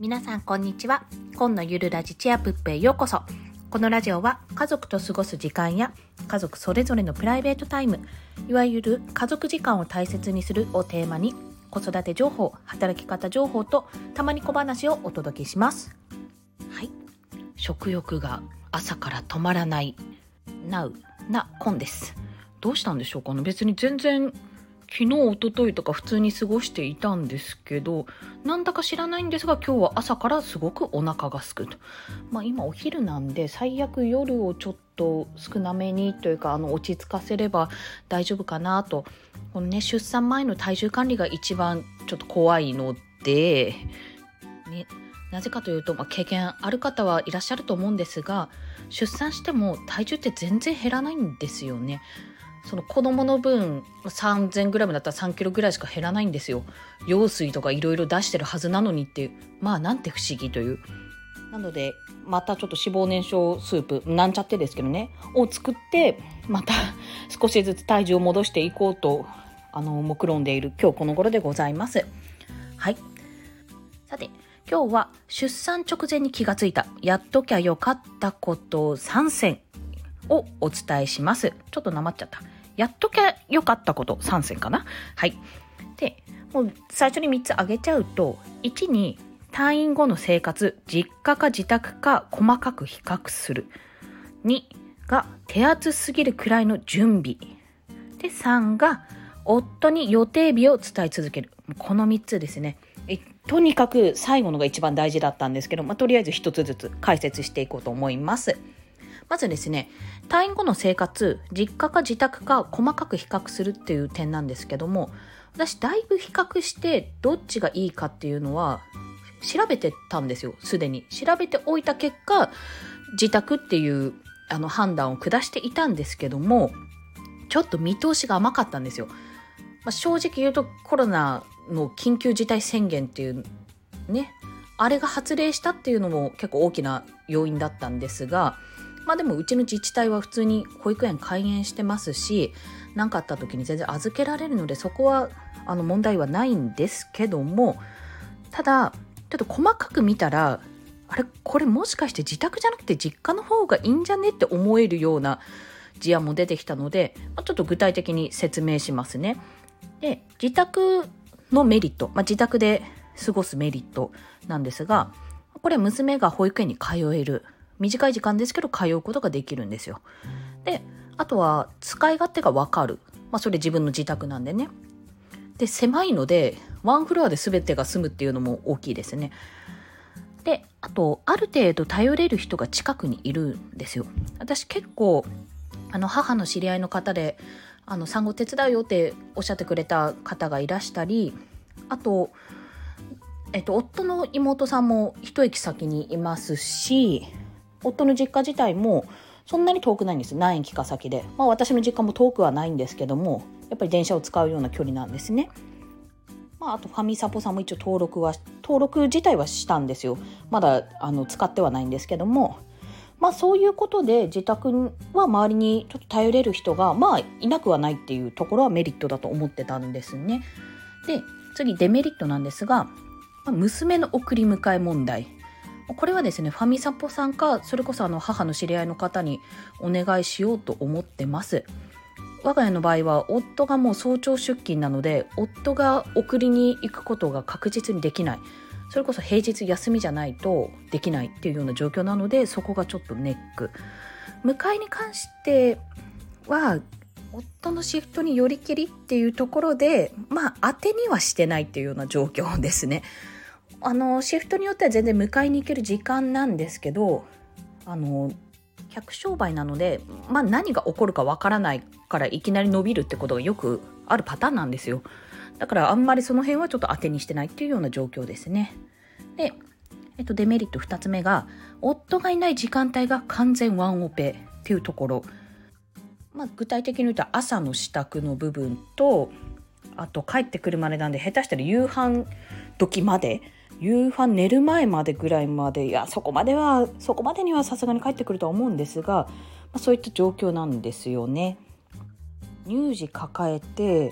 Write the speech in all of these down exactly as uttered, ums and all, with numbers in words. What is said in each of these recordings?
皆さんこんにちは。今のゆるラジチアプップへようこそ。このラジオは家族と過ごす時間や家族それぞれのプライベートタイム、いわゆる家族時間を大切にするをテーマに、子育て情報、働き方情報とたまに小話をお届けします。はい、食欲が朝から止まらないなうなコンです。どうしたんでしょうかね。別に全然昨日一昨日とか普通に過ごしていたんですけど、なんだか知らないんですが今日は朝からすごくお腹が空くと。まあ今お昼なんで最悪夜をちょっと少なめにというかあの落ち着かせれば大丈夫かなと。このね、出産前の体重管理が一番ちょっと怖いので、ね、なぜかというと、まあ、経験ある方はいらっしゃると思うんですが、出産しても体重って全然減らないんですよね。その子供の分 さんぜんグラム だったらさんキロぐらいしか減らないんですよ。羊水とかいろいろ出してるはずなのにっていう、まあなんて不思議という。なのでまたちょっと脂肪燃焼スープなんちゃってですけどねを作って、また少しずつ体重を戻していこうとあの目論んでいる今日この頃でございます。はい、さて今日は出産直前に気がついたやっときゃよかったことさんせんをお伝えします。ちょっとなまっちゃった。やっときゃよかったことさんせんかな。はい。で、もう最初にみっつ挙げちゃうと、いちに退院後の生活、実家か自宅か細かく比較する。にが手厚すぎるくらいの準備。で、さんが夫に予定日を伝え続ける。このみっつですね。えとにかく最後のが一番大事だったんですけど、まあ、とりあえず一つずつ解説していこうと思います。まずですね、退院後の生活、実家か自宅か細かく比較するっていう点なんですけども、私だいぶ比較してどっちがいいかっていうのは調べてたんですよ。すでに調べておいた結果、自宅っていうあの判断を下していたんですけども、ちょっと見通しが甘かったんですよ。まあ、正直言うとコロナの緊急事態宣言っていうね、あれが発令したっていうのも結構大きな要因だったんですが、まあでもうちの自治体は普通に保育園開園してますし、何かあった時に全然預けられるので、そこはあの問題はないんですけども、ただちょっと細かく見たら、あれこれもしかして自宅じゃなくて実家の方がいいんじゃねって思えるような事案も出てきたので、まあ、ちょっと具体的に説明しますね。で、自宅のメリット、まあ、自宅で過ごすメリットなんですが、これ娘が保育園に通える、短い時間ですけど通うことができるんですよ。で、あとは使い勝手が分かる。まあそれ自分の自宅なんでね。で、狭いのでワンフロアで全てが済むっていうのも大きいですね。で、あとある程度頼れる人が近くにいるんですよ。私結構あの母の知り合いの方で、あの産後手伝うよっておっしゃってくれた方がいらしたり、あとえっと夫の妹さんも一駅先にいますし、夫の実家自体もそんなに遠くないんです。何駅か先で、まあ、私の実家も遠くはないんですけども、やっぱり電車を使うような距離なんですね。まあ、あとファミサポさんも一応登録は登録自体はしたんですよ。まだあの使ってはないんですけども、まあそういうことで自宅は周りにちょっと頼れる人がまあいなくはないっていうところはメリットだと思ってたんですね。で、次デメリットなんですが、娘の送り迎え問題。これはですね、ファミサポさんかそれこそあの母の知り合いの方にお願いしようと思ってます。我が家の場合は夫がもう早朝出勤なので、夫が送りに行くことが確実にできない、それこそ平日休みじゃないとできないっていうような状況なので、そこがちょっとネック。迎えに関しては夫のシフトによりきりっていうところで、まあ当てにはしてないっていうような状況ですね。あのシフトによっては全然迎えに行ける時間なんですけど、あの客商売なので、まあ、何が起こるかわからないからいきなり伸びるってことがよくあるパターンなんですよ。だからあんまりその辺はちょっと当てにしてないっていうような状況ですね。で、えっと、デメリットふたつめが、夫がいない時間帯が完全ワンオペっていうところ。まあ、具体的に言うと朝の支度の部分と、あと帰ってくるまでなんで、下手したら夕飯時まで、夕飯寝る前までぐらいまで、いやそこまではそこまでにはさすがに帰ってくるとは思うんですが、まあ、そういった状況なんですよね。乳児抱えて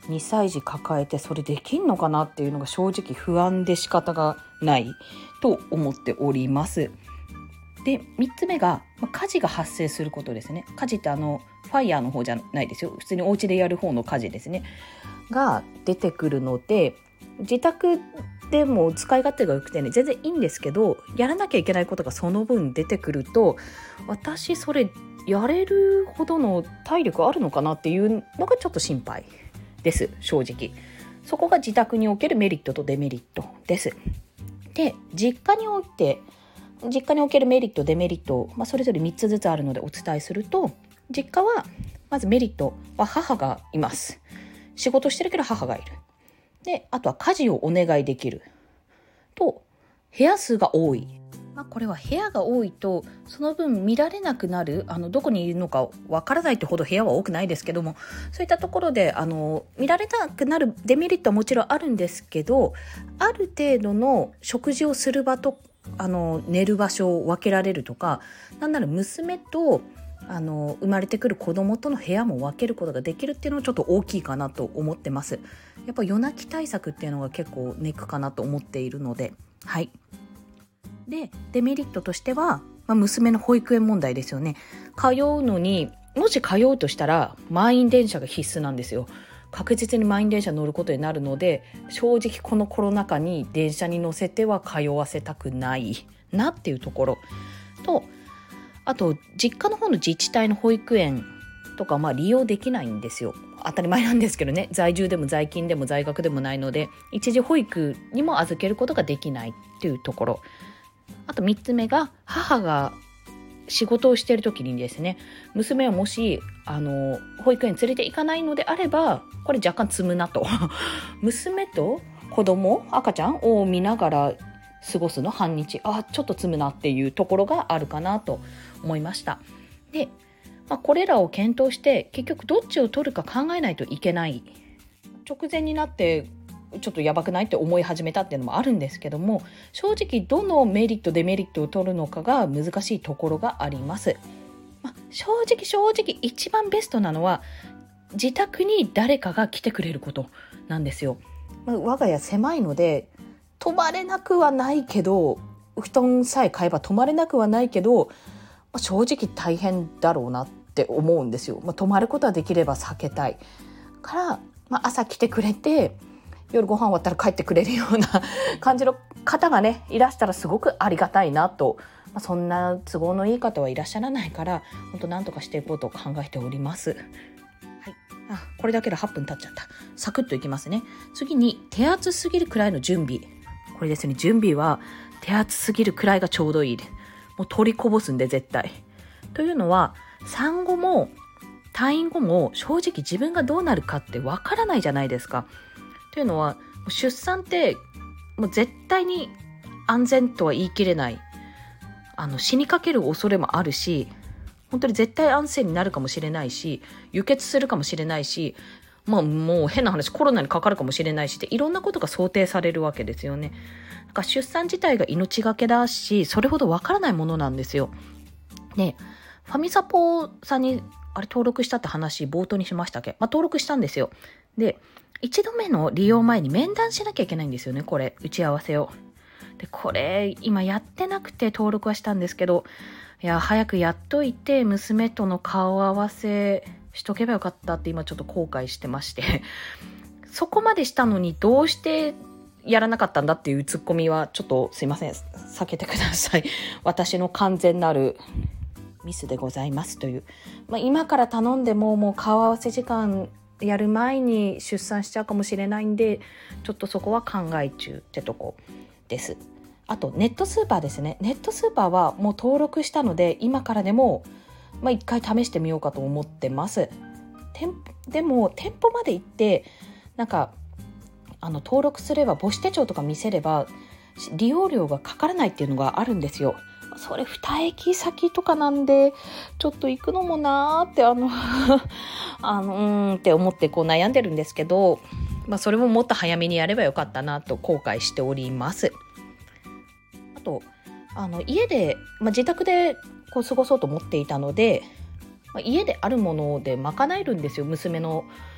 にさい児抱えてそれできんのかなっていうのが正直不安で仕方がないと思っております。でみっつめが、まあ、火事が発生することですね。火事ってあのファイヤーの方じゃないですよ。普通にお家でやる方の火事ですねが出てくるので、自宅でも使い勝手が良くてね全然いいんですけど、やらなきゃいけないことがその分出てくると、私それやれるほどの体力あるのかなっていうのがちょっと心配です。正直そこが自宅におけるメリットとデメリットです。で実家において実家におけるメリットデメリット、まあ、それぞれみっつずつあるのでお伝えすると、実家はまずメリットは母がいます。仕事してるけど母がいる。であとは家事をお願いできると、部屋数が多い、まあ、これは部屋が多いとその分見られなくなる、あのどこにいるのかわからないってほど部屋は多くないですけども、そういったところであの見られなくなるデメリットはもちろんあるんですけど、ある程度の食事をする場とあの寝る場所を分けられるとか、なんなら娘とあの生まれてくる子供との部屋も分けることができるっていうのはちょっと大きいかなと思ってます。やっぱ夜泣き対策っていうのが結構ネックかなと思っているので、はい。でデメリットとしては、まあ、娘の保育園問題ですよね。通うのにもし通うとしたら満員電車が必須なんですよ。確実に満員電車乗ることになるので、正直このコロナ禍に電車に乗せては通わせたくないなっていうところと、あと実家の方の自治体の保育園とかまあ利用できないんですよ。当たり前なんですけどね、在住でも在勤でも在学でもないので一時保育にも預けることができないっていうところ。あとみっつめが、母が仕事をしている時にですね、娘をもしあの保育園に連れて行かないのであれば、これ若干積むなと娘と子供赤ちゃんを見ながら過ごすの半日、あちょっと積むなっていうところがあるかなと思いました。で、まあ、これらを検討して結局どっちを取るか考えないといけない、直前になってちょっとやばくないって思い始めたっていうのもあるんですけども、正直どのメリットデメリットを取るのかが難しいところがあります。まあ、正直正直一番ベストなのは自宅に誰かが来てくれることなんですよ。まあ、我が家狭いので泊まれなくはないけど、布団さえ買えば泊まれなくはないけど、まあ、正直大変だろうなって思うんですよ。まあ、泊まることはできれば避けたいから、まあ、朝来てくれて夜ご飯終わったら帰ってくれるような感じの方がねいらしたらすごくありがたいなと、まあ、そんな都合のいい方はいらっしゃらないから、本当なんとかしていこうと考えております。はい、あこれだけではっぷん経っちゃった。サクッといきますね。次に手厚すぎるくらいの準備。これですね、準備は手厚すぎるくらいがちょうどいいで、もう取りこぼすんで絶対。というのは産後も退院後も正直自分がどうなるかってわからないじゃないですか。というのは出産ってもう絶対に安全とは言い切れない、あの死にかける恐れもあるし、本当に絶対安静になるかもしれないし、輸血するかもしれないし、まあ、もう変な話コロナにかかるかもしれないしって、いろんなことが想定されるわけですよね。だから出産自体が命がけだし、それほどわからないものなんですよ。でファミサポさんにあれ登録したって話冒頭にしましたっけ、まあ、登録したんですよ。で一度目の利用前に面談しなきゃいけないんですよね、これ打ち合わせを。でこれ今やってなくて登録はしたんですけど、いや早くやっといて娘との顔合わせしとけばよかったって今ちょっと後悔してましてそこまでしたのにどうしてやらなかったんだっていうツッコミはちょっとすいません避けてください。私の完全なるミスでございますという、まあ、今から頼んでももう顔合わせ時間やる前に出産しちゃうかもしれないんで、ちょっとそこは考え中ってとこです。あとネットスーパーですね。ネットスーパーはもう登録したので今からでもまあ一回試してみようかと思ってます。店でも店舗まで行ってなんかあの登録すれば母子手帳とか見せれば利用料がかからないっていうのがあるんですよ。それに駅先とかなんでちょっと行くのもなーってあのあのうーんって思ってこう悩んでるんですけど、まあ、それももっと早めにやればよかったなと後悔しております。あとあの家で、まあ、自宅でこう過ごそうと思っていたので、まあ、家であるもので賄えるんですよ。娘の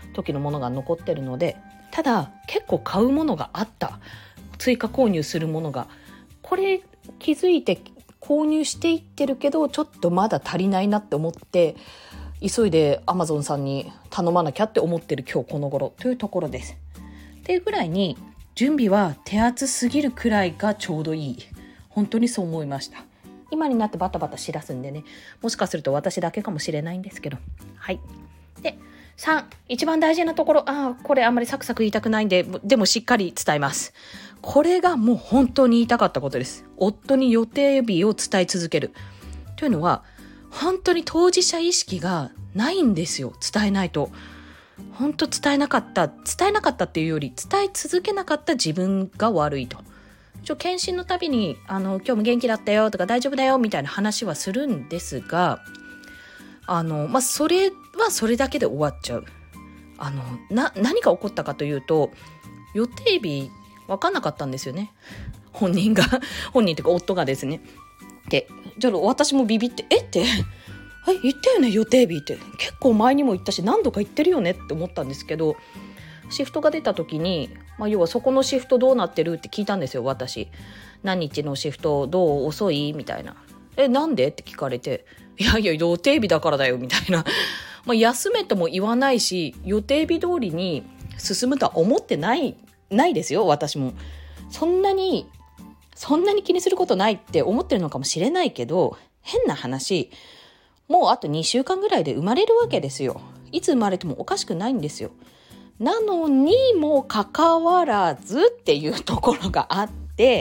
時のものが残ってるので、ただ結構買うものがあった、追加購入するものが、これ気づいて購入していってるけどちょっとまだ足りないなって思って急いで Amazon さんに頼まなきゃって思ってる今日この頃というところです。っていうぐらいに準備は手厚すぎるくらいがちょうどいい。本当にそう思いました。今になってバタバタしだすんでね、もしかすると私だけかもしれないんですけど。はい。で、さん、一番大事なところ、ああ、これあんまりサクサク言いたくないんで、でもしっかり伝えます。これがもう本当に言いたかったことです。夫に予定日を伝え続ける。というのは、本当に当事者意識がないんですよ。伝えないと。本当伝えなかった、伝えなかったっていうより、伝え続けなかった自分が悪いと。ちょ検診のたびにあの今日も元気だったよとか大丈夫だよみたいな話はするんですが、あの、まあ、それはそれだけで終わっちゃう。あのな何が起こったかというと、予定日分かんなかったんですよね、本人が本人というか夫がですね。で、じゃあ私もビビって、えってえ言ったよね予定日って、結構前にも言ったし何度か言ってるよねって思ったんですけど、シフトが出た時に、まあ、要はそこのシフトどうなってるって聞いたんですよ。私何日のシフトどう遅いみたいな。えなんでって聞かれて、いやいや予定日だからだよみたいなまあ休めとも言わないし、予定日通りに進むとは思ってないないですよ。私もそんなにそんなに気にすることないって思ってるのかもしれないけど、変な話、もうあとにしゅうかんぐらいで生まれるわけですよ。いつ生まれてもおかしくないんですよ。なのにもかかわらずっていうところがあって、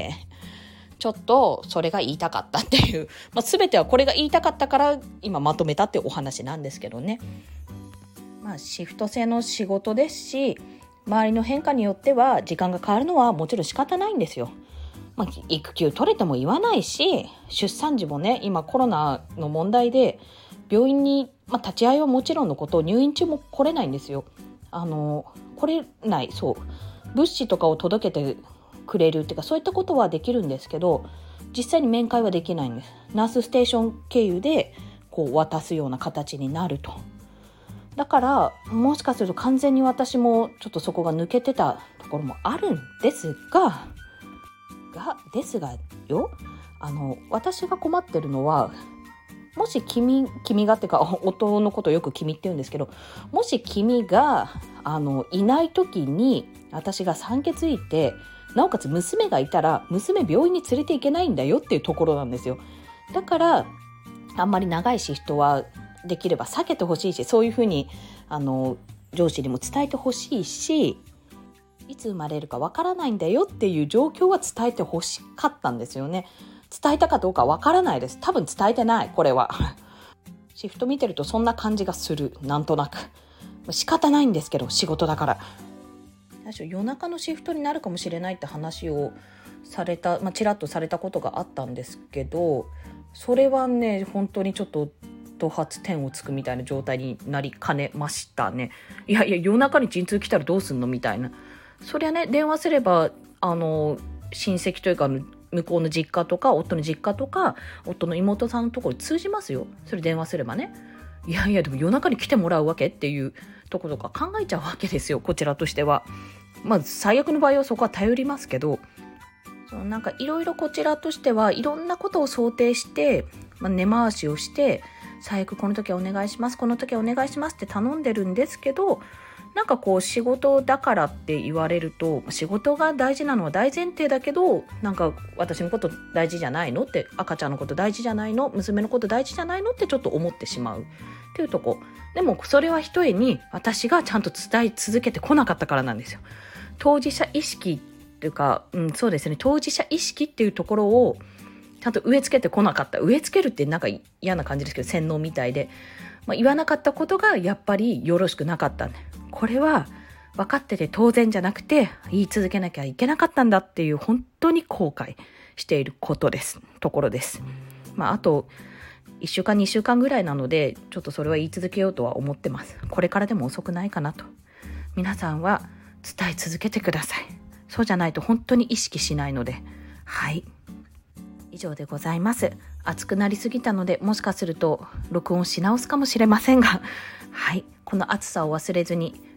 ちょっとそれが言いたかったっていう、まあ、全てはこれが言いたかったから今まとめたってお話なんですけどね。まあシフト制の仕事ですし、周りの変化によっては時間が変わるのはもちろん仕方ないんですよ。まあ、育休取れても言わないし、出産時もね、今コロナの問題で病院に、まあ、立ち会いはもちろんのこと、入院中も来れないんですよ。あの来れない、そう物資とかを届けてくれるっていうか、そういったことはできるんですけど、実際に面会はできないんです。ナースステーション経由でこう渡すような形になると。だからもしかすると完全に私もちょっとそこが抜けてたところもあるんですががですがよ、あの私が困ってるのは、もし君君がってか夫のことをよく君って言うんですけど、もし君があのいない時に私が産気づいて、なおかつ娘がいたら娘病院に連れて行けないんだよっていうところなんですよ。だからあんまり長いシフトはできれば避けてほしいし、そういうふうにあの上司にも伝えてほしいし、いつ生まれるかわからないんだよっていう状況は伝えてほしかったんですよね。伝えたかどうかわからないです。多分伝えてない、これはシフト見てるとそんな感じがする。なんとなく仕方ないんですけど、仕事だから。夜中のシフトになるかもしれないって話をされた、まあ、ちらっとされたことがあったんですけど、それはね本当にちょっと頭髪点をつくみたいな状態になりかねましたね。いやいや夜中に陣痛来たらどうすんのみたいな。そりゃね、電話すればあの親戚というか向こうの実家とか夫の実家とか夫の妹さんのところ通じますよ。それ電話すればね。いやいやでも夜中に来てもらうわけっていうところとか考えちゃうわけですよ、こちらとしては。まあ最悪の場合はそこは頼りますけど、そのなんかいろいろこちらとしてはいろんなことを想定して、まあ、根回しをして最悪この時はお願いしますこの時はお願いしますって頼んでるんですけど、なんかこう仕事だからって言われると、仕事が大事なのは大前提だけど、なんか私のこと大事じゃないのって、赤ちゃんのこと大事じゃないの、娘のこと大事じゃないのってちょっと思ってしまうっていうとこ。でもそれはひとえに私がちゃんと伝え続けてこなかったからなんですよ。当事者意識っていうか、うん、そうですね、当事者意識っていうところをちゃんと植え付けてこなかった。植え付けるってなんか嫌な感じですけど、洗脳みたいで、まあ、言わなかったことがやっぱりよろしくなかったんで、これは分かってて当然じゃなくて言い続けなきゃいけなかったんだっていう本当に後悔していることですところです。まああといっしゅうかんにしゅうかんぐらいなので、ちょっとそれは言い続けようとは思ってます。これからでも遅くないかなと。皆さんは伝え続けてください。そうじゃないと本当に意識しないので。はい、以上でございます。熱くなりすぎたのでもしかすると録音し直すかもしれませんが、はい、この暑さを忘れずに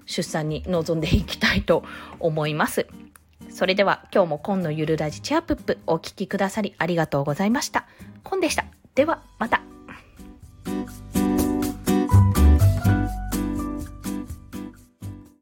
出産に臨んでいきたいと思います。それでは今日もコンのゆるラジチェアプップお聞きくださりありがとうございました。コンでした。ではまた。